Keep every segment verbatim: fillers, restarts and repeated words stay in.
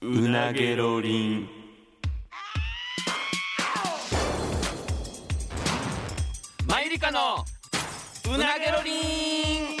うなげろりん。マユリカのうなげろりん。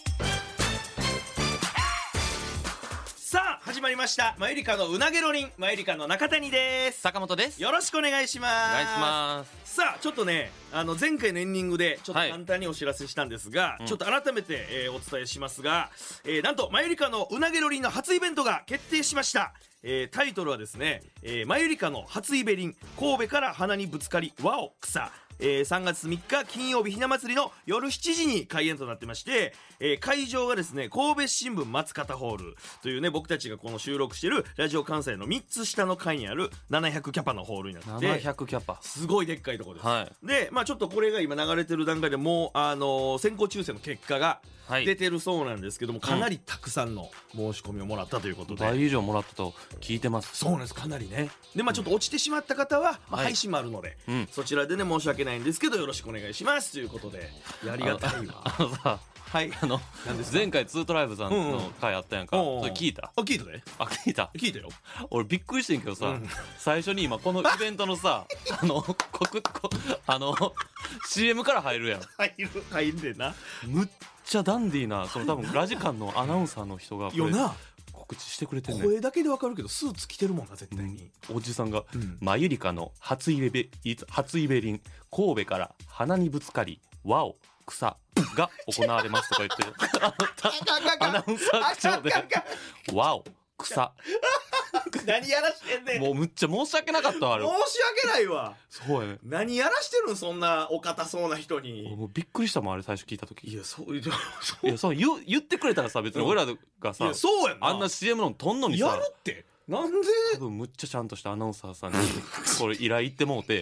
さあ始まりました、マユリカのうなげろりん。マユリカの中谷です。 坂本です。 よろしくお願いします。 お願いします。 さあちょっとね、あの前回のエンディングでちょっと簡単にお知らせしたんですが、 はい、 ちょっと改めて、えー、お伝えしますが、えー、なんとマユリカのうなげろりんの初イベントが決定しました。えー、タイトルはですね、えー、マユリカの初イベリン、神戸から鼻にぶつかり和を草。えー、さんがつみっか金曜日ひな祭りの夜しちじに開演となってまして、えー、会場がですね神戸新聞松方ホールというね、僕たちがこの収録してるラジオ関西のみっつ下の階にあるななひゃくキャパのホールになってて、 ななひゃくキャパすごいでっかいところです、 はい、 でまあちょっとこれが今流れてる段階でもう、あのー、先行抽選の結果が出てるそうなんですけども、はい、かなりたくさんの申し込みをもらったということで、 倍以上もらったと聞いてます。 そうなんです、かなりね。でまあちょっと落ちてしまった方は、まあ、配信もあるので、はい、そちらでね申し訳ないんですけどよろしくお願いしますということで、ありがたいわ。 あのさ、はい、あの前回ツートライブさんの回あったやんか、うんうん、それ聞いた？ あ、聞いたね。 あ、聞いた聞いたよ。 俺びっくりしてんけどさ、うん、最初に今このイベントのさあのこくこあの シーエム から入るやん。 入る入るでな。 むっちゃダンディーな、その多分ラジカンのアナウンサーの人がこれ告知してくれてんねん。 声だけでわかるけどスーツ着てるもんな絶対に、 うん、おじさんが、うん、マユリカの初イベ初イベリン神戸から鼻にぶつかり和を草が行われますとか言ってるアナウンサー口調で和を草何やらしてんねん。 もうむっちゃ申し訳なかったわ。あれ申し訳ないわ。 そうやね。 何やらしてるん、そんなお堅そうな人に。 もうびっくりしたもん、あれ最初聞いた時。 いやそういやそう言, 言ってくれたらさ、別に俺らがさ、 いやそうやんな、 あんな シーエム のとんのにさやるってなんで。 多分むっちゃちゃんとしたアナウンサーさんにこれ依頼行ってもうて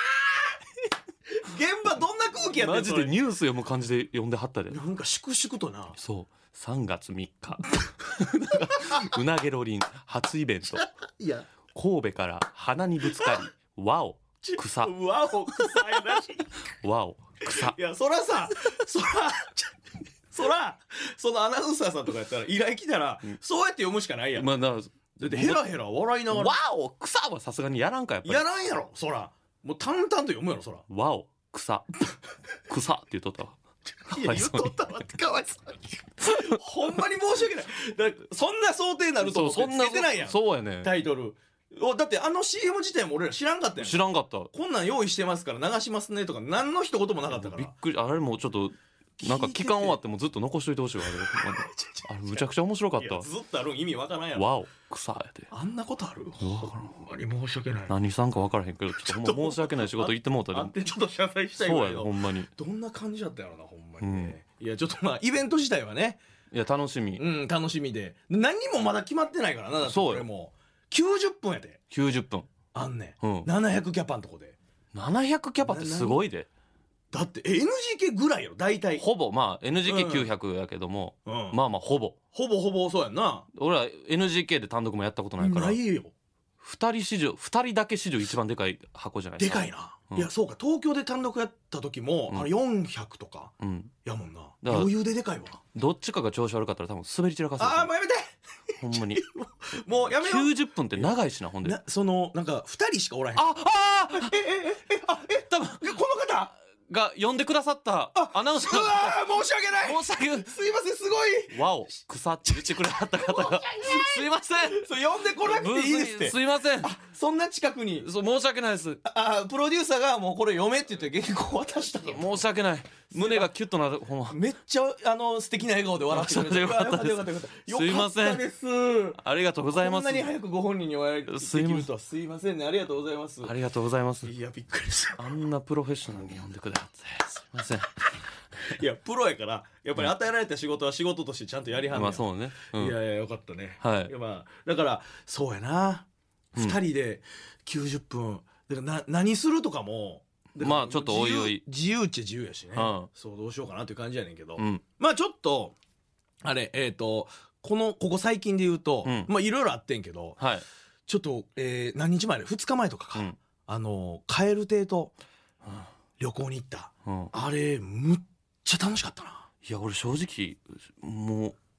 現場どんな空気やってんの。 マジでニュース読む感じで読んではったで。 なんか粛々とな。 そうさんがつみっかうなげろりん初イベント。 いや神戸から鼻にぶつかり和を草和を草やなし和を草。 いやそらさそらそらそのアナウンサーさんとかやったら依頼来たら、うん、そうやって読むしかないやん。 まあ、だってヘラヘラ笑いながら和を草はさすがにやらんか。やっぱりやらんやろ。そらもう淡々と読むやろ。そら和を草草って言っとったわ。 いや言っとったわってかわいそうにほんまに申し訳ない。だそんな想定になると思ってつけてないやん。 そうやね、 タイトルだってあの シーエム 自体も俺ら知らんかったやん。 知らんかった。 こんなん用意してますから流しますねとか何の一言もなかったから。 びっくり。あれもちょっとなんか期間終わってもずっと残しといてほしいわ。あれむちゃくちゃ面白かったわ。 ずっとある意味わからんやろ。 わお草やで。 あんなことある。ほんまに申し訳ない。 何さんか分からへんけどちょっとほんま申し訳ない仕事言ってもうたで。 あってちょっと謝罪したいわよ。 そうやほんまに。 どんな感じだったやろなほんまにね、うん、いやちょっとまあイベント自体はね、 いや楽しみ。 うん楽しみで何にもまだ決まってないからな。だってこれもうきゅうじゅっぷんやで。 きゅうじゅっぷんあんねん、うん、ななひゃくキャパのとこでななひゃくキャパってすごいで。 だって エヌジーケー ぐらいやろ大体。 ほぼまあ エヌジーケーきゅうひゃく やけども、うん、まあまあほぼほぼほぼそうやんな。 俺は エヌジーケー で単独もやったことないからないよ。 ふたり史上ふたりだけ史上一番でかい箱じゃないですか。 でかいな、うん、いやそうか東京で単独やった時も、うん、あれよんひゃくとか、うん、やもんな。余裕ででかいわ。 どっちかが調子悪かったら多分滑り散らかす。 ああもうやめてほんまにもうやめよう。 きゅうじゅっぷんって長いしな。ほんでなそのなんかふたりしかおらへん。 ああええええあえ多分この方が呼んでくださったアナウンサー。 うわー申し訳ない。 申し訳ない。 すいませんすごい。 わお草って言ってくれはった方がすいません。 そう呼んでこなくていいですって。 すいません。 そんな近くに。 そう申し訳ないです。 ああプロデューサーがもうこれ読めって言って原稿渡したの。 申し訳ない。胸がキュッとなる。ほんまめっちゃあの素敵な笑顔で笑ってくれてよかったよかったよかった。 すいませんです。 ありがとうございます。 こんなに早くご本人にお会いできるとはすいませんね。ありがとうございます。 ありがとうございます。 いやびっくりした。 あんなプロフェッショナルに呼んでくれはってすいません。 いやプロやからやっぱり与えられた仕事は仕事としてちゃんとやりはんねん。 まあそうね、 うん、いやいやよかったね。 はい。 いやまあだからそうやな、うん、ふたりできゅうじゅっぷんだからな何するとかもまあちょっとおいおい自由っちゃ自由やしね、うん、そうどうしようかなっていう感じやねんけど、うん、まあちょっとあれえっ、ー、とこのここ最近で言うと、うん、まあいろいろあってんけど、はい、ちょっと、えー、何日前でふつかまえとかか、うん、あの蛙亭と旅行に行った、うん、あれむっちゃ楽しかったな。 いや俺正直もう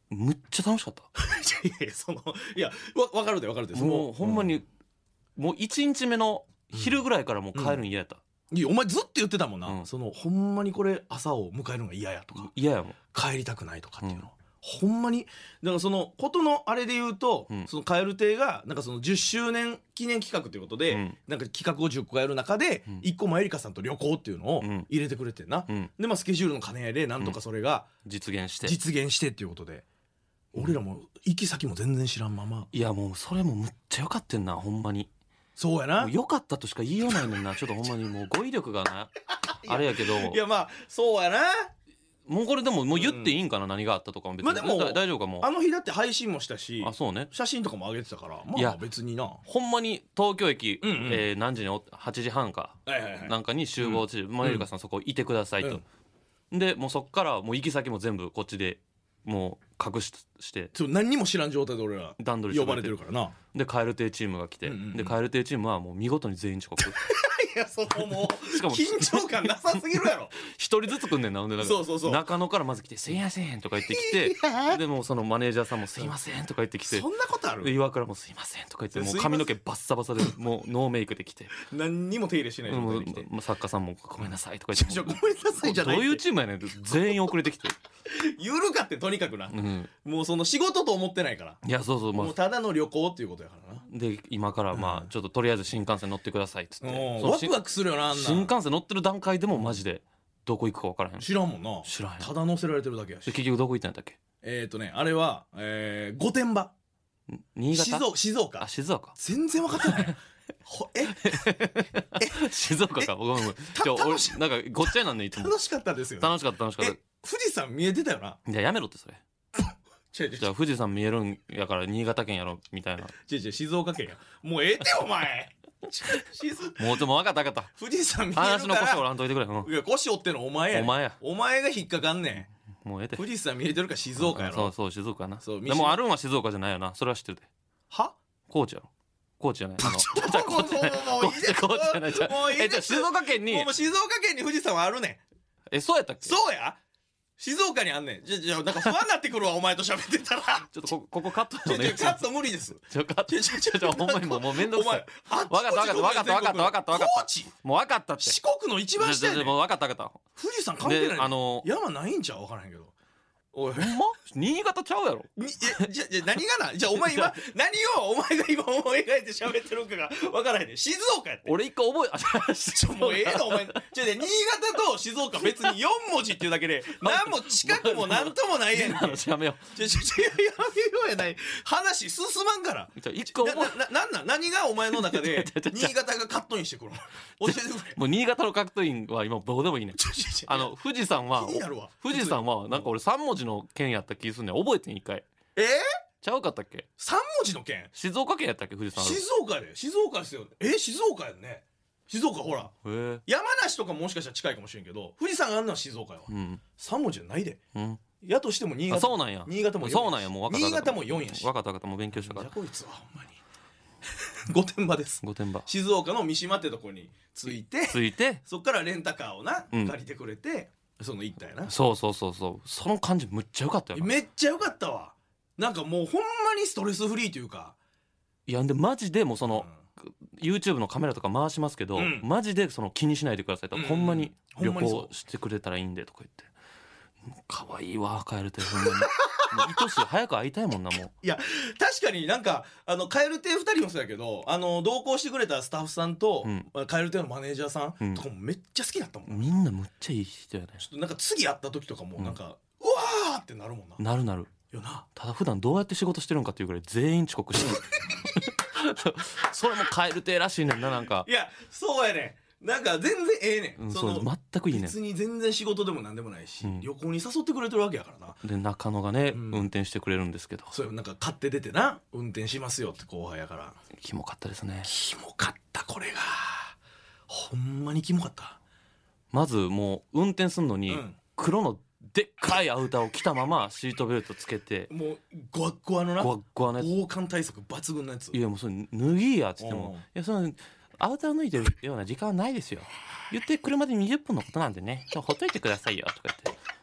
むっちゃ楽しかったいやいやそのいやわ分かるで分かるでそのもうほんまに、うん、もういちにちめの昼ぐらいからもう帰るん嫌やった、 いやお前ずっと言ってたもんな、 うん、 そのほんまにこれ朝を迎えるのが嫌やとか嫌やもん帰りたくないとかっていうの、うん、ほんまにだからそのことのあれで言うと、うん、そのカエル亭がなんかそのじゅっしゅうねん記念企画ということで、うん、なんか企画をじゅっこやる中で、うん、いっこもエリカさんと旅行っていうのを入れてくれてんな、うん、でまあスケジュールの兼ね合いでなんとかそれが、 うん、実現して実現してっていうことで、うん、俺らも行き先も全然知らんまま、 いやもうそれもむっちゃよかったんなほんまに。 そうやなもうよかったとしか言いようないねんなちょっとほんまにもう語彙力がなあれやけど、 いやまあそうやな。 もうこれでももう言っていいんかな、うん、何があったとかも別に、まあ、でも大丈夫かも。 あの日だって配信もしたし、 あそうね、 写真とかも上げてたからまあ別にな。 ほんまに東京駅、うんうん、えー、何時にはちじはんか、 はいはいはい、 なんかに集合して、うん、マユリカさんそこいてくださいと、うん、でもうそっからもう行き先も全部こっちでもう隠ししてそう何にも知らん状態で俺ら段取り呼ばれてるからな。 でカエル亭チームが来て、うんうんうん、でカエル亭チームはもう見事に全員遅刻いやそのもうしかも緊張感なさすぎるやろ一人ずつ来んねんな。ほんでなんかそうそうそう中野からまず来て「すいません」とか言ってきてでもうそのマネージャーさんも「すいません」とか言ってきて、 そんなことある。 で岩倉も「すいません」とか言ってもう髪の毛バッサバサでもうノーメイクで来て何にも手入れしないで来て、 うん、作家さんも「ごめんなさい」とか言ってごめんなさいじゃないどういうチームやねん全員遅れてきてゆるかってとにかくな、うん、もうその仕事と思ってないから。 いやそうそう、 まあ、もうただの旅行っていうことやからな。 で今からまあちょっととりあえず新幹線乗ってくださいっつって、 うん、ワクワクするよなあんな。 新幹線乗ってる段階でもマジでどこ行くか分からへん。 知らんもんな。 知らん。 ただ乗せられてるだけやし。 結局どこ行ったんだっけ。 えっ、ー、とねあれは、えー、御殿場新潟静岡静岡あ静岡全然分かってないほええ静岡かごめんごめんちょ俺なんかごっちゃいなんねいつも。 楽しかったですよ、ね、 楽しかった楽しかった。 富士山見えてたよな。 いややめろってそれじゃあ富士山見えるんやから新潟県やろみたいな。 違う違う静岡県やもうええてお前もうでも分かった分かった。 富士山見えるから話の腰折らんといてくれ、うん、 いや腰折ってんのお前や、 お前やお前が引っかかんねん。 もうええて。 富士山見えてるから静岡やろ。 そうそう静岡やな。そうでもあるんは静岡じゃないよな。それは知ってるで。 は高知やろ。高知じゃないあのじゃあ高知じゃない高知じゃないじゃあえじゃあ静岡県にもう静岡県に富士山はあるねん。 えそうやったっけ。 そうや静岡にあんねん。じゃじゃなんか不安になってくるわお前と喋ってたらちょっとこここカットのねカット無理です。 ちょカットちょちょちょほんまにもうもう面倒くさい。 分かった分かった分かった分かった分かった分かったもう分かったって。 四国の一番下やねん。 もう分かった分かった。 富士山関係ない。 あの山ないんちゃう分からへんけど。おいほんま新潟ちゃうやろ。 にえじゃじゃ何がなじゃあお前今何をお前が今思い描いて喋ってるかが分からへんねん。静岡やって俺一回覚えあちょもうええのお前じゃあ新潟と静岡別によん文字っていうだけで何も近くも何ともないやんけ。 やめよう。じゃじゃじゃやめようやない話進まんから。 じゃ一回覚えなななんなん何がお前の中で新潟がカットインしてくるの教えてくれ。 もう新潟のカットインは今どうでもいいねん。あの富士山は富士山はなんか俺さん文字の県やった気すんねん。覚えてん一回。 えー、 ちゃうかったっけ。 さん文字の県。 静岡県やったっけ富士山。 静岡で静岡ですよ。え静岡やんね。静岡ほら山梨とかもしかしたら近いかもしれんけど富士山があるのは静岡やわ、うん、さん文字じゃないで、うん、やとしても新潟。 そうなんや。 新潟もよんやし。 そうなんや。もう分かった新潟もよんやし。 分かった分かったもう勉強したから。 じゃこいつはほんまに御殿場です。 御殿場静岡の三島ってとこに着いて着いてそっからレンタカーをな、うん、借りてくれてその行ったやな。 そうそうそうそうその感じむっちゃよかったよな。 めっちゃよかったわ。なんかもうほんまにストレスフリーというか。 いやでマジでもうその、うん、YouTube のカメラとか回しますけど、うん、マジでその気にしないでくださいと、うん、ほんまに旅行してくれたらいいんでとか言って可愛いわカエル亭ほんまに愛しい早く会いたいもんなもう。 いや確かになんかあのカエル亭ふたりもそうやけどあの同行してくれたスタッフさんと、うん、カエル亭のマネージャーさんとかもめっちゃ好きだったもん、 うん、みんなむっちゃいい人やね。 ちょっとなんか次会った時とかもなんか、うん、うわーってなるもんな。 なるなるよな。ただ普段どうやって仕事してるんかっていうぐらい全員遅刻してるそれもカエル亭らしいねんな。なんかいやそうやねんなんか全然ええねん、 うん、そのそう全くいいねん。 別に全然仕事でもなんでもないし、うん、旅行に誘ってくれてるわけやからな。 で中野がね、うん、運転してくれるんですけどそうなんか買って出てな運転しますよって後輩やから。 キモかったですね。 キモかったこれがほんまにキモかった。 まずもう運転すんのに、うん、黒のでっかいアウターを着たままシートベルトつけてもうゴワッゴワのなゴワッゴワのやつ防寒対策抜群のやつ。 いやもうそれ脱ぎやっつってもいやそのアウター脱いでるような時間はないですよ言って車でにじゅっぷんのことなんでねほっといてくださいよとか言って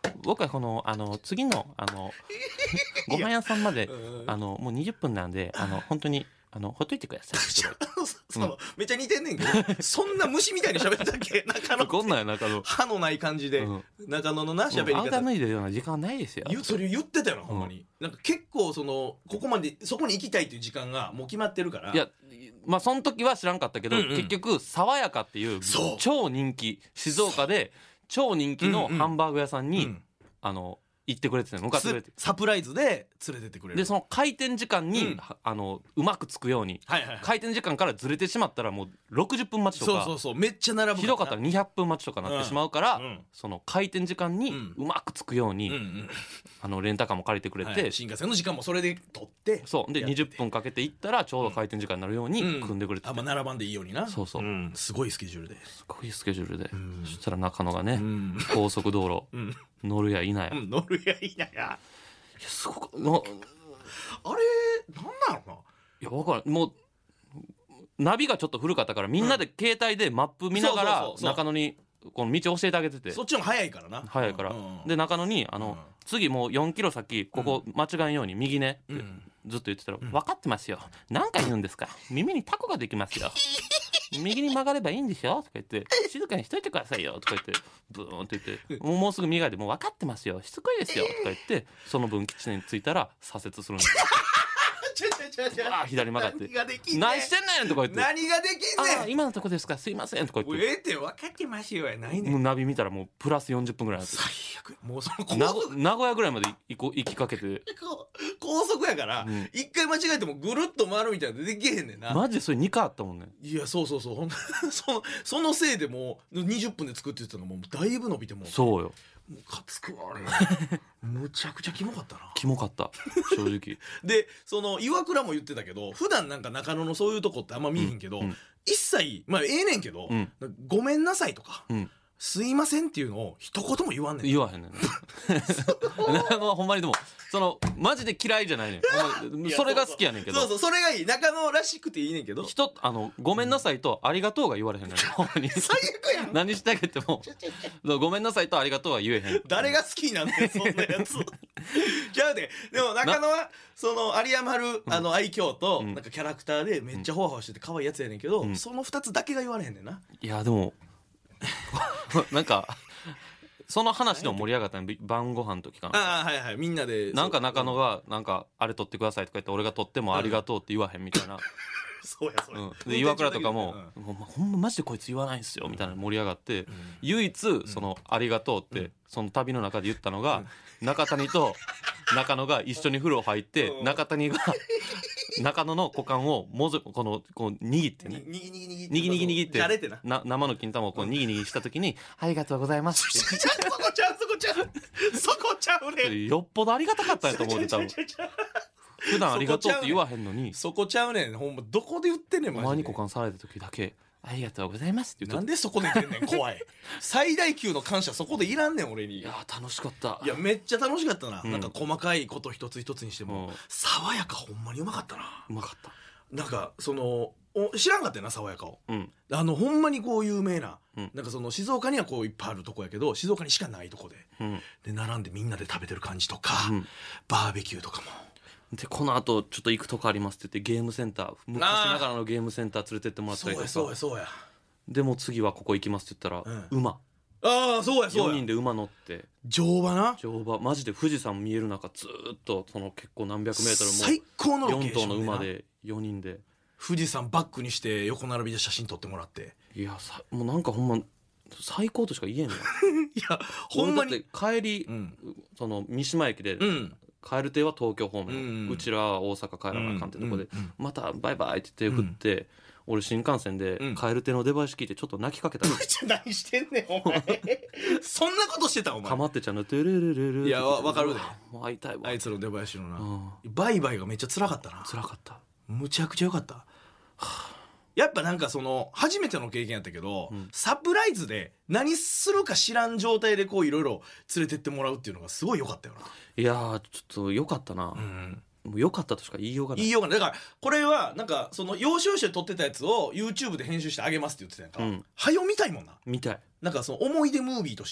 僕はこのあの次のあのご飯屋さんまでうんあのもうにじゅっぷんなんであの本当にあのほっといてくださいそのめっちゃ似てんねんけどそんな虫みたいに喋ったっけ中野こんなんや中野歯のない感じで、 うん中野のな喋り方あんた脱いでるような時間はないですよ。 言うそれ言ってたよなほんまに、なんか結構そのここまでそこに行きたいっていう時間がもう決まってるからいやまあその時は知らんかったけど、 うんうん結局爽やかっていうそう超人気静岡で超人気のハンバーグ屋さんに、 うんあの行ってくれてたの向かってくれてサプライズで連れてってくれるでその開店時間に、 うんはあのうまくつくようにはいはいはい開店時間からずれてしまったらもうろくじゅっぷん待ちとかそうそうそうめっちゃ並ぶひどかったらにひゃくぷん待ちとかなってしまうから、 うんその開店時間にうんうまくつくように、 うんうんあのレンタカーも借りてくれて、 はい新幹線の時間もそれで取ってそうでやってにじゅっぷんかけて行ったらちょうど開店時間になるようにうん組んでくれてて、 あんま並ばんでいいようになそうそうんすごいスケジュールですごいスケジュールで、 んそしたら中野がね、 うん高速道路うん乗るやいなや、いや乗るやいなやすごくのあれなんなのいや分からんもうナビがちょっと古かったからみんなで携帯でマップ見ながらそうそうそうそう中野にこの道教えてあげててそっちの方が早いからな早いから、 うんうんうんで中野にあの、 うん次もうよんキロ先ここ間違えんように右ねってうんずっと言ってたら、分かってますよ何回言うんですか耳にタコができますよ右に曲がればいいんでしょとか言って静かにしといてくださいよとか言ってブーンって言ってもうもうすぐ右でもう分かってますよしつこいですよとか言ってその分吉に着いたら左折するんですよちょちょちょちょあー左曲がって何ができんねん何してんねんとか言って何ができんあねんー今のとこですかすいませんとかもう言ってええって分かってますよやないねもうんナビ見たらもうプラスよんじゅっぷんぐらいあって最悪もうその高名速古名古屋ぐらいまで行こ行きかけて高速やからうん一回間違えてもぐるっと回るみたいなのできへんねんなマジでそれにかいあったもんねいやそうそうそうほんそのそのせいでもうにじゅっぷんで作って言ってたのももうだいぶ伸びてもうそうよもうかつくわあれむちゃくちゃキモかったなキモかった正直でその岩倉も言ってたけど普段なんか中野のそういうとこってあんま見えへんけど、 うんうん一切まあええねんけど、 うんごめんなさいとか、 うんすいませんっていうのを一言も言わんねん言わへんねんね中野はほんまにでもそのマジで嫌いじゃないねんほんまいやそれが好きやねんけどそうそうそれがいい中野らしくていいねんけど人あのごめんなさいとありがとうが言われへんねんほんまに最悪やん何してあげてもごめんなさいとありがとうは言えへん誰が好きになんねんそんなやつじゃあででも中野はその有り余るあの愛嬌とうんなんかキャラクターでめっちゃホワホワしてて可愛いやつやねんけど、 うんそのふたつだけが言われへんねんないやでもなんかその話でも盛り上がったの晩ご飯の時かなああはいはいみんなでなんか中野がなんかあれ取ってくださいとか言って俺が取ってもありがとうって言わへんみたいな、 そうやそうや、 うん、で岩倉とかもう 「もうほんまマジでこいつ言わないんすよ」みたいな盛り上がってん唯一その「ありがとう」ってその旅の中で言ったのが中谷と中野が一緒に風呂入ってうん中谷が中野の股間をもずこのこう握ってねにぎにぎにぎにぎにぎにぎってじゃれってなな生の金玉をこうにぎにぎした時に「ありがとうございます」っちゃうそこちゃうそこちゃうそこちゃうねてよっぽどありがたかったんやと思うで多分ちゃうちゃうちゃう普段ありがとうって言わへんのにそこちゃうねんほんまどこで言ってんねんお前にマジで股間触られた時だけ「ありがとうございます」って言ってなんでそこで言ってんねん怖い最大級の感謝そこでいらんねん俺にいやー楽しかったいやめっちゃ楽しかったな、 うんなんか細かいこと一つ一つにしても、 うん爽やかほんまにうまかったなうまかったなんかそのお知らんかったよな爽やかをうんあのほんまにこう有名な、 うんなんかその静岡にはこういっぱいあるとこやけど静岡にしかないとこでうんで並んでみんなで食べてる感じとか、 うんバーベキューとかもでこの後ちょっと行くとこありますって言ってゲームセンター昔ながらのゲームセンター連れてってもらったそうやりとかそうやそうやでも次はここ行きますって言ったら、 うん馬ああそうやそうよやにんで馬乗って乗馬な乗馬マジで富士山見える中ずーっとその結構何百メートル最高のもよんロケーション頭の馬なでよにんで富士山バックにして横並びで写真撮ってもらっていやさもうなんかほんま最高としか言えんのいやほんまに俺だって帰り、 うんその三島駅でうん帰る手は東京方面、 うんうちらは大阪帰らなあかんってとこで、 うんうんまたバイバイって手振って、俺新幹線でうん帰る手の出囃子聞いてちょっと泣きかけたの、 ちょ何してんねんお前そんなことしてたお前かまってちゃんのトゥルルルルいやわわかるでもう会いたいわあいつの出囃子のな、 うんバイバイがめっちゃ辛かったな辛かったむちゃくちゃ良かったやっぱなんかその初めての経験やったけど、 うんサプライズで何するか知らん状態でこういろいろ連れてってもらうっていうのがすごい良かったよいやーちょっと良かったな、 な、うん、 もう良かったとしか言いようがない言いようがないだからこれはなんかその要所要所で撮ってたやつを YouTube で編集してあげますって言ってたやんか、 うんはよ見たいもんなみたいなんかその思い出ムービーとして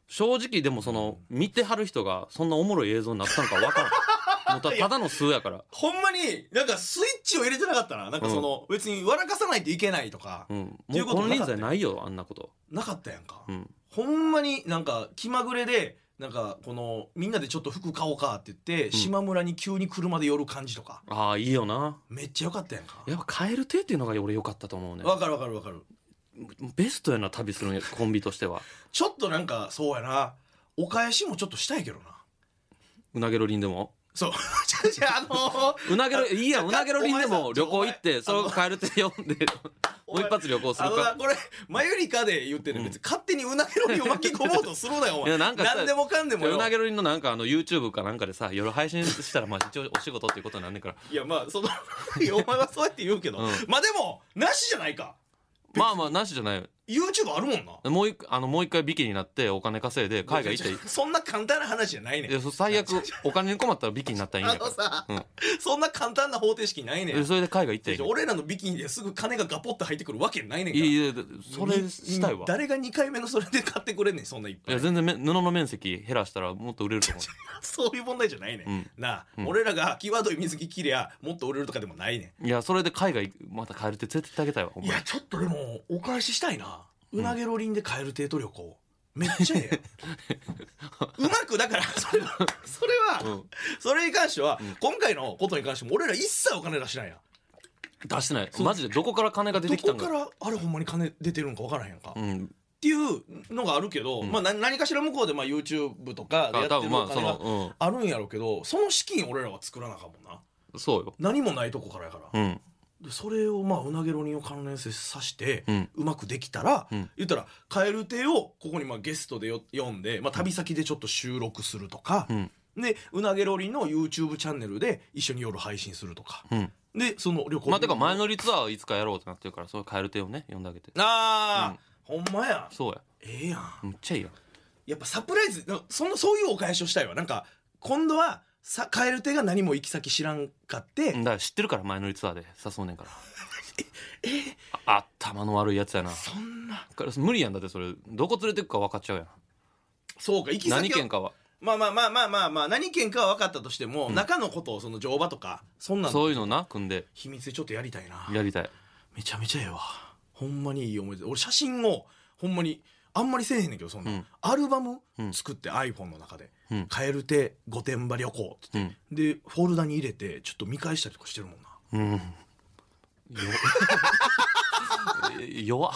正直でもその見てはる人がそんなおもろい映像になったんか分からんもうたただの数やから、 ほんまになんかスイッチを入れてなかったな。なんかその、うん、別に笑かさないといけないとか、 うん、もうこの人数ないよあんなことなかったやんか、 うん、 ほんまになんか気まぐれでなんかこのみんなでちょっと服買おうかって言って、うん、島村に急に車で寄る感じとか、 ああいいよな。 めっちゃ良かったやんか。 やっぱカエル亭っていうのが俺良かったと思うね。 わかるわかるわかる。 ベストやな旅するコンビとしては。 ちょっとなんかそうやな、お返しもちょっとしたいけどな。 うなげろりんでもそうじゃああのー、 うなげろいいやんうなげろりんでも旅行行ってそれをカエル亭呼んでもう一発旅行するか。 これマユリカで言ってる、別に勝手にうなげろりんを巻き込もうとするなよお前。いやなんか何でもかんでもよ。 うなげろりんのなんかあの YouTube かなんかでさ夜配信したらまあ一応お仕事っていうことになんねんから。 いやまあそのいやお前はそうやって言うけど、うん、まあでもなしじゃないか。 まあまあなしじゃない。 YouTube あるもんな。 もう一あのもう一回ビキになってお金稼いで海外行ってそんな簡単な話じゃないねん。 いや最悪お金に困ったらビキになったらいいんだから。 あのさ、うん、そんな簡単な方程式ないねん。 それで海外行ったらいい。 俺らのビキニですぐ金がガポッと入ってくるわけないねんから。 いやそれしたいわ。 誰がにかいめのそれで買ってくれんねんそんないっぱい。 いや全然め布の面積減らしたらもっと売れると思うそういう問題じゃないねん、うん、なあ、うん、俺らが際どい水着着りゃもっと売れるとかでもないねん。いやそれで海外また帰るって連れてってあげたいわ。 いやちょっとでもお返ししたいな。うなげろりんで帰るデート旅行めっちゃええうまくだからそれはそれは、うん、それに関しては、うん、今回のことに関しても俺ら一切お金出してないやん。 出してない。マジでどこから金が出てきたんだ。 どこからあれほんまに金出てるんか分からへんか、 うん、 っていうのがあるけど、うん、まあ何、何かしら向こうでまあ YouTube とかでやってるお金があるんやろうけど、その資金俺らは作らなあかんもんな。 そうよ。 何もないとこからやから、 うん、 でそれをまあうなげろりんを関連性さして、うん、うまくできたら、うん、言ったらカエル亭をここにまあゲストでよ呼んで、まあ、旅先でちょっと収録するとか、うん、でうなげろりんの YouTube チャンネルで一緒に夜配信するとか、うん、でその旅行まあてか前乗りツアーいつかやろうってなってるから、そういうカエル亭をね呼んであげて。 ああ、うん、ほんまや。 そうや。 ええやん。 めっちゃいいやん。 やっぱサプライズそのそういうお返しをしたいわ。なんか今度はさカエル亭が何も行き先知らんかって、 だから知ってるから前乗りツアーで誘うねんからええあ頭の悪いやつやな。 そんな無理やん。だってそれどこ連れてくか分かっちゃうやん。 そうか、行き先は何県かはまあまあまあまあまあまあ何県かは分かったとしても、うん、中のことをその乗馬とかそんなんそういうのな組んで秘密でちょっとやりたいな。 やりたい。 めちゃめちゃええわ。ほんまにいい思い出。俺写真をほんまにあんまりせえへんねんけど、そんな、うん、アルバム作って、うん、iPhone の中で「うん、カエル亭御殿場旅行」って言って、うん、でフォルダに入れてちょっと見返したりとかしてるもんな。うん弱っ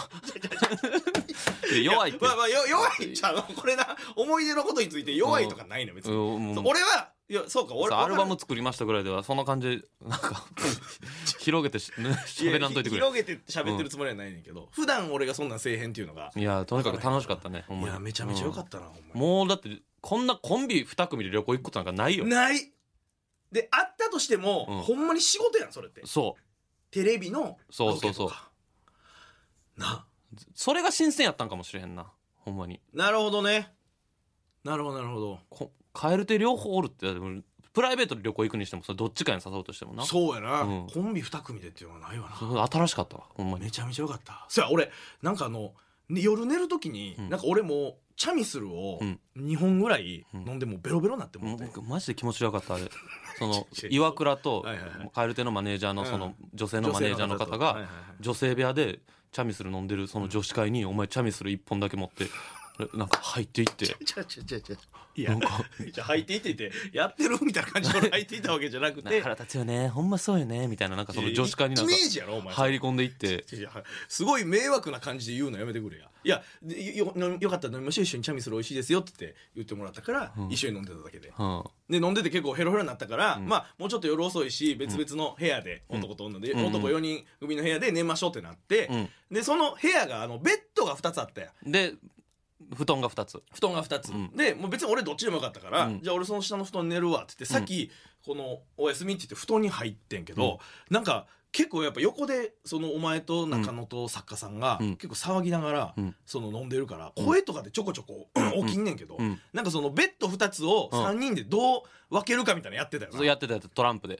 弱いって、 まあまあ弱いじゃん。これな思い出のことについて弱いとかないの別に、うん、俺はいやそうか俺アルバム作りましたぐらいではそんな感じでなんか広げてし喋らんといてくれ。 広げて喋ってるつもりはないねんけど、うん、普段俺がそんなんせえへんっていうのがいやとにかく楽しかったね。 ほんまにいやめちゃめちゃ良かったな、うん、ほんまに。 もうだってこんなコンビに組で旅行行くことなんかないよ。 ないであったとしても、うん、ほんまに仕事やんそれって。 そうテレビのそうそうそうな、それが新鮮やったんかもしれへんなほんまに。 なるほどね。なるほどなるほど。 カエル亭両方おるってプライベートで旅行行くにしてもそれどっちかに誘おうとしてもな。 そうやな、うん、コンビに組でっていうのはないわな。 そ新しかったわほんまに。 めちゃめちゃよかった。そや俺なんかあの夜寝る時に、うん、なんか俺もチャミスルをにほんぐらい飲んでもうベロベロになってもって、 うん、マジで気持ちよかったあれその岩倉とカエル亭のマネージャーのその女性のマネージャーの方が女性部屋でチャミスル飲んでるその女子会にお前チャミスルいっぽんだけ持ってなんか入っていってちゃちゃちゃちゃいやなんか入っていっててやってるみたいな感じで入っていたわけじゃなくて腹立つよねほんまそうよねみたいななんかその女子会になんかイメージやろお前入り込んでいってすごい迷惑な感じで言うのやめてくれや。いや よ, よかったら飲みましょう一緒にチャミスル美味しいですよって言って言ってもらったから、うん、一緒に飲んでただけで、うん、で飲んでて結構ヘロヘロになったから、うん、まあもうちょっと夜遅いし別々の部屋で、うん、男と女で、うん、男よにん組の部屋で寝ましょうってなって、うん、でその部屋があのベッドがふたつあったやん。 で布団がふたつ布団がふたつ、うん、でもう別に俺どっちでもよかったから、うん、じゃあ俺その下の布団に寝るわって言って、さっきこのおやすみって言って布団に入ってんけど、うん、なんか結構やっぱ横でそのお前と中野と作家さんが結構騒ぎながらその飲んでるから声とかでちょこちょこ起きんねんけど、なんかそのベッドふたつをさんにんでどう分けるかみたいなやってたよな。 そうやってたやつトランプで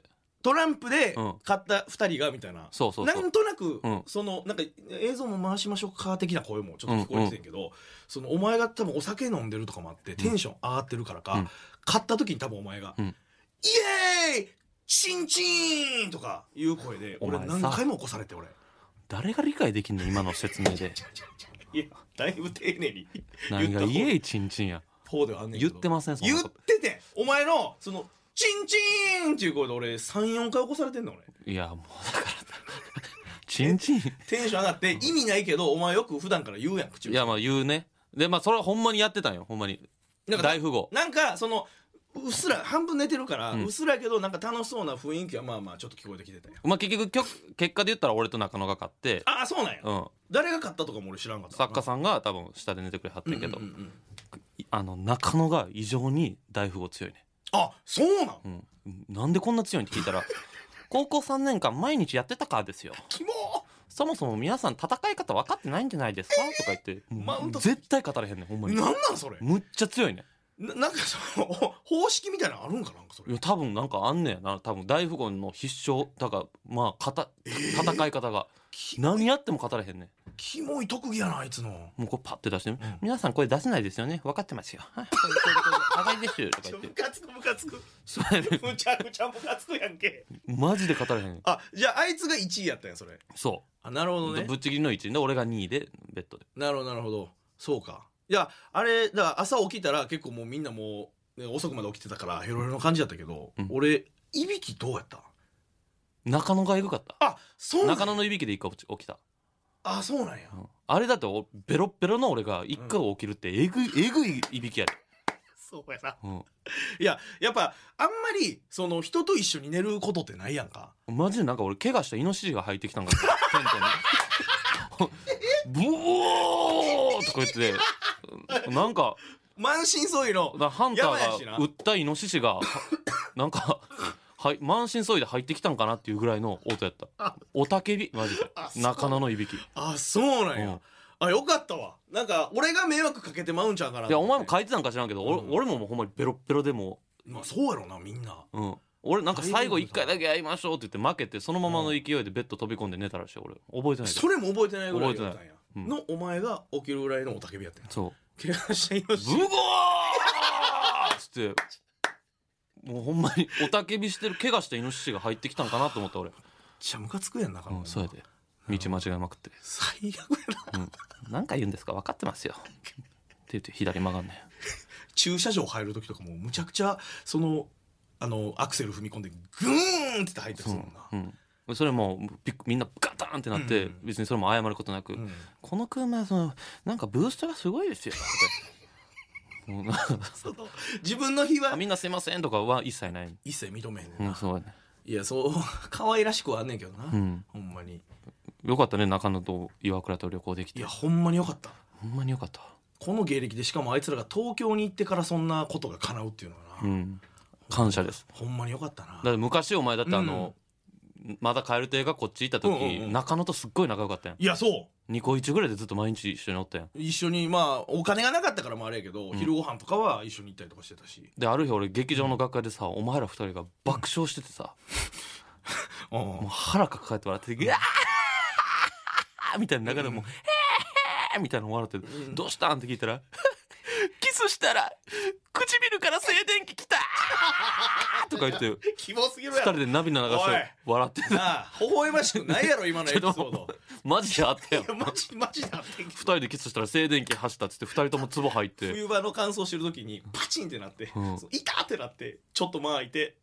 トランプでうん買ったふたりがみたいな、 そうそうそうなんとなく、 うんそのなんか映像も回しましょうか的な声もちょっと聞こえててんけど、そのお前が多分お酒飲んでるとかもあってテンション上がってるからか、 うん買った時に多分お前が、 うんイエーイチンチーンとかいう声で俺お前さ何回も起こされて、俺誰が理解できんの今の説明でいやだいぶ丁寧に何が言った方イエイチンチンや方ではあんねんけど言ってませんそんな言っことててお前のそのチンチーンっていう声で俺さんよんかい起こされてんの俺いやもうだからチンチンテンション上がって意味ないけどお前よく普段から言うやん口いやまあ言うねでまあそれはほんまにやってたんよほんまになんか大富豪なんかそのうっすら半分寝てるから、 ううんっすらやけどなんか楽しそうな雰囲気はまあまあちょっと聞こえてきてたよ。 まあ結局きょ結果で言ったら俺と中野が勝ってああそうなんや、 うん誰が勝ったとかも俺知らんかった作家さんが多分下で寝てくれはってんけど、 うんうんうんうんあの中野が異常に大富豪強いね、 あそうなんうん、なんでこんな強いんって聞いたら高校さんねんかん毎日やってたからですよキモそもそも皆さん戦い方分かってないんじゃないですか、とか言ってマウント絶対語れへんねんほんまになんなんそれむっちゃ強いねななんかその方式みたいなのあるんかなんかそれいや多分なんかあんねやな多分大富豪の必勝だからまあかた戦い方が何やっても語れへんねんキモい特技やなあいつのもうこれパッて出して、 ん皆さんこれ出せないですよね分かってますよはいこれこれこれ上がりですとか言ってムカつくムカつくそれでむちゃくちゃムカつくやんけマジで語れへんねんあじゃああいつがいちいやったんやそれそあなるほう、 どねぶっちぎりのいちいで俺がにいでベッドでなるほどなるほどそうかいやあれだから朝起きたら結構もうみんなもう、ね、遅くまで起きてたからヘロヘロの感じだったけど、 うん俺いびきどうやった中野がエグかったあそうなんや中野のいびきで一回起きた、 あそうなんや、 うんあれだっておベロッベロの俺が一回起きるってえぐい、えぐいいびきやで、 そうやなういややっぱあんまりその人と一緒に寝ることってないやんかん、マジでなんか俺怪我したイノシシが入ってきたんかテントにブオーとか言ってなんか満身創痍のだからハンタ山やしなーが撃ったイノシシがはなんかはい満身創痍で入ってきたんかなっていうぐらいの音やったおたけびマジであそう中野のいびきいあそうなんや、 うんあよかったわなんか俺が迷惑かけてまうんちゃうかなやお前もか書いてたんか知らんけど、俺うん俺ももうほんまにベロッベロでもまあそうやろなみんなう、うん、俺なんか最後一回だけやりましょうって言って負けてそのままの勢いでベッド飛び込んで寝たらしい俺覚えてないけどそれも覚えてないぐらい覚えてないだったんや、 うんのお前が起きるぐらいのおたけびやったんやそう怪我したよしブゴーっつってもうほんまにおたけびしてる怪我したイノシシが入ってきたんかなと思った俺、 めっちゃムカつくやんなかうん、そうやで道間違えまくって、 最悪やなうん、なんか言うんですか分かってますよって言って左曲がんねん駐車場入る時とかもむちゃくちゃそのあのアクセル踏み込んでグーンって入ったりするもんな、 うんうん、それもびっみんなガタンってなって、 うん別にそれも謝ることなく、 うんこの車そのなんかブーストがすごいですよとかもうなんかその自分の日はあみんなすいませんとかは一切ない、 一切認めへんねんな、 うん、そうやね、 いやそう可愛らしくはあんねんけどな、 うん、 ほんまによかったね中野と岩倉と旅行できていやほんまによかったほんまによかったこの芸歴でしかもあいつらが東京に行ってからそんなことが叶うっていうのはな、 うん感謝ですほんまによかったなだって昔お前だってあの、まだ蛙亭がこっち行った時、 うんうんうん中野とすっごい仲良かったやんいやそうニコイチぐらいでずっと毎日一緒におったやん一緒にまあお金がなかったからもあれやけど、 ん昼ご飯とかは一緒に行ったりとかしてたし、 である日俺劇場の楽屋でさ、お前ら二人が爆笑しててさ、 うんもう腹抱えて笑ってて「うわー!」みたいな中でもう「へー!」みたいなの笑っててうんどうしたん?」って聞いたら「キスしたら唇から静電気きた!」とか言って希望すぎるやろ二人で涙流して笑っててなあ微笑ましくないやろ今のエピソードマジであったよいやマジマジであってんけど二人でキスしたら静電気走ったっつって二人とも壺入って冬場の乾燥してる時にパチンってなって、 うんそう痛ってなってちょっと間空いて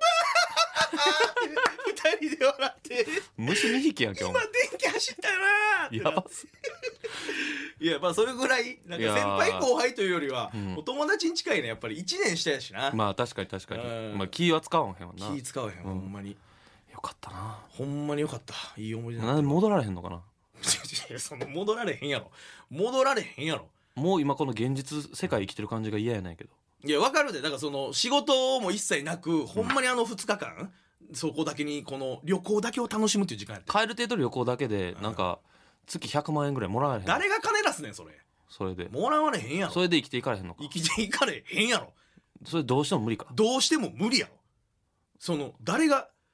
二人で笑って虫に匹やんけお今前電気走ったよなーってなやばすいやまあそれぐらいなんかいやー先輩後輩というよりは、 うんお友達に近いねやっぱりいちねん下やしな、 まあ確かに確かに、 うんまあ、気は使わんへんわな気使わへん、 うんほんまによかったなほんまによかったいい思い出なんで戻られへんのかな違うその戻られへんやろ戻られへんやろもう今この現実世界生きてる感じが嫌やないけどいや分かるでだからその仕事も一切なく、ほんまにあのふつかかんそこだけにこの旅行だけを楽しむっていう時間やって帰る程度旅行だけでなんか月ひゃくまんえんぐらいもらわれへん誰が金出すねんそれそれでもらわれへんやろそれで生きていかれへんのか生きていかれへんやろそれどうしても無理かどうしても無理やろその誰が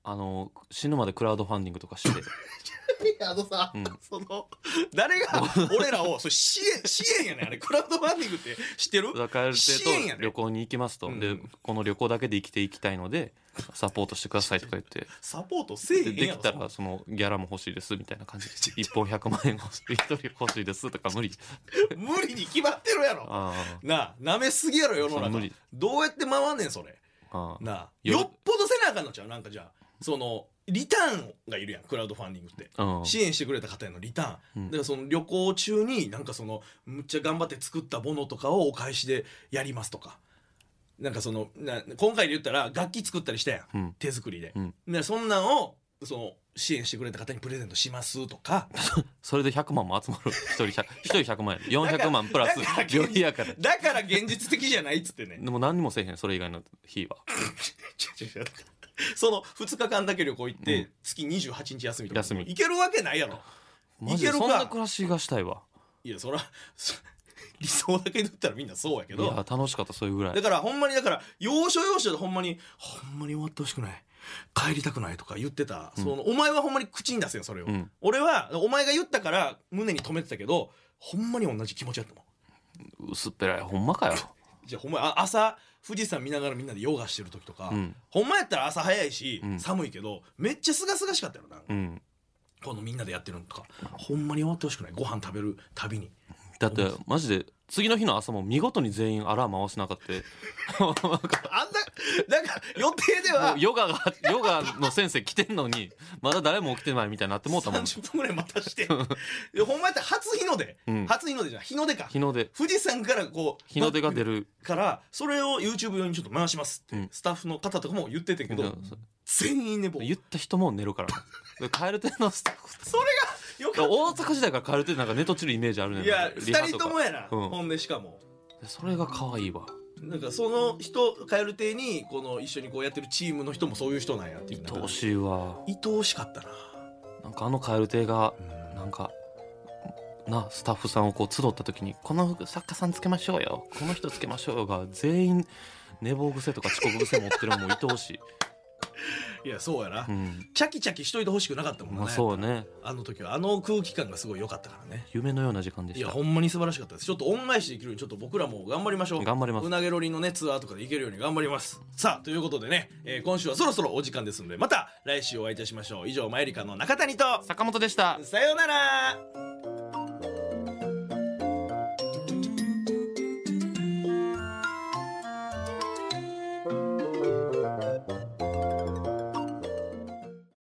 あの死ぬまでクラウドファンディングとかしてあのさ、 うんその誰が俺らをそれ支援支援やねんあれクラウドファンディングって知ってる？ カエル支援やね亭と旅行に行きますと、 うんでこの旅行だけで生きていきたいのでサポートしてくださいとか言ってサポートせえへでんやろできたらそのギャラも欲しいですみたいな感じでいっぽんひゃくまんえん欲しいひとり欲しいですとか無理無理に決まってるやろあなあなめすぎやろ世の中そう無理どうやって回んねんそれああなあよよっぽどせなあかんのちゃうなんかじゃあそのリターンがいるやんクラウドファンディングってあ支援してくれた方へのリターン、 うんだからその旅行中になんかそのむっちゃ頑張って作ったものとかをお返しでやりますとかなんかそのな今回で言ったら楽器作ったりしたやん、 うん手作りで、 うんでそんなんをその支援してくれた方にプレゼントしますとかそれでひゃくまんも集まるひとりひゃくひとりひゃくまんやでよんひゃくまんプラスだから旅費やからだから現実的じゃないっつってねでも何にもせえへんそれ以外の日は違う違う違うそのふつかかんだけ旅行行って、 うん月にじゅうはちにち休みとか休み行けるわけないやろマジでいけるかそんな暮らしがしたいわいやそらそ理想だけで言ったらみんなそうやけいどや楽しかったそれぐらいだからほんまにだから要所要所でほんまにほんまに終わってほしくない帰りたくないとか言ってた、 うんそのお前はほんまに口に出せよそれを、 うん俺はお前が言ったから胸に留めてたけどほんまに同じ気持ちやったもん薄っぺらいほんまかよじゃあほんまあ朝富士山見ながらみんなでヨガしてる時とか、 うんほんまやったら朝早いし、 うん寒いけどめっちゃすがすがしかったよな、 うんこのみんなでやってるのとかほんまに終わってほしくないご飯食べるたびにだってマジで次の日の朝も見事に全員アラーム回しなかったなんかあんななんか予定ではヨガがヨガの先生来てんのにまだ誰も起きてないみたいになってもうたもんさんじゅっぷんぐらい待たしていやほんまやったら初日の出、 うん初日の出じゃない日の出か日の出富士山からこう日の出が出るからそれを YouTube 用にちょっと回しますって、 うんスタッフの方とかも言っててけど、 うん全員寝坊言った人も寝るからでカエル亭のスタッフそれがよかっ大阪時代からカエル亭なんか寝とちるイメージあるねんたいやリハふたりともやな、 うんほんでしかもそれが可愛いわなんかその人蛙亭にこの一緒にこうやってるチームの人もそういう人なんやっていう愛おしいわ愛おしかったななんかあのカエル亭がうんなんかなスタッフさんをこう集った時にこの作家さんつけましょうよこの人つけましょうよが全員寝坊癖とか遅刻癖持ってるのも愛おしい、 いやそうやな、 うんチャキチャキしといてほしくなかったもんね、 まあそうねあの時はあの空気感がすごい良かったからね夢のような時間でいしたやほんまに素晴らしかったですちょっと恩返しできるようにちょっと僕らも頑張りましょう頑張りますうなげろりのねツアーとかで行けるように頑張りますさあということでね、えー今週はそろそろお時間ですのでまた来週お会いいたしましょう以上マユリカの中谷と坂本でしたさようなら。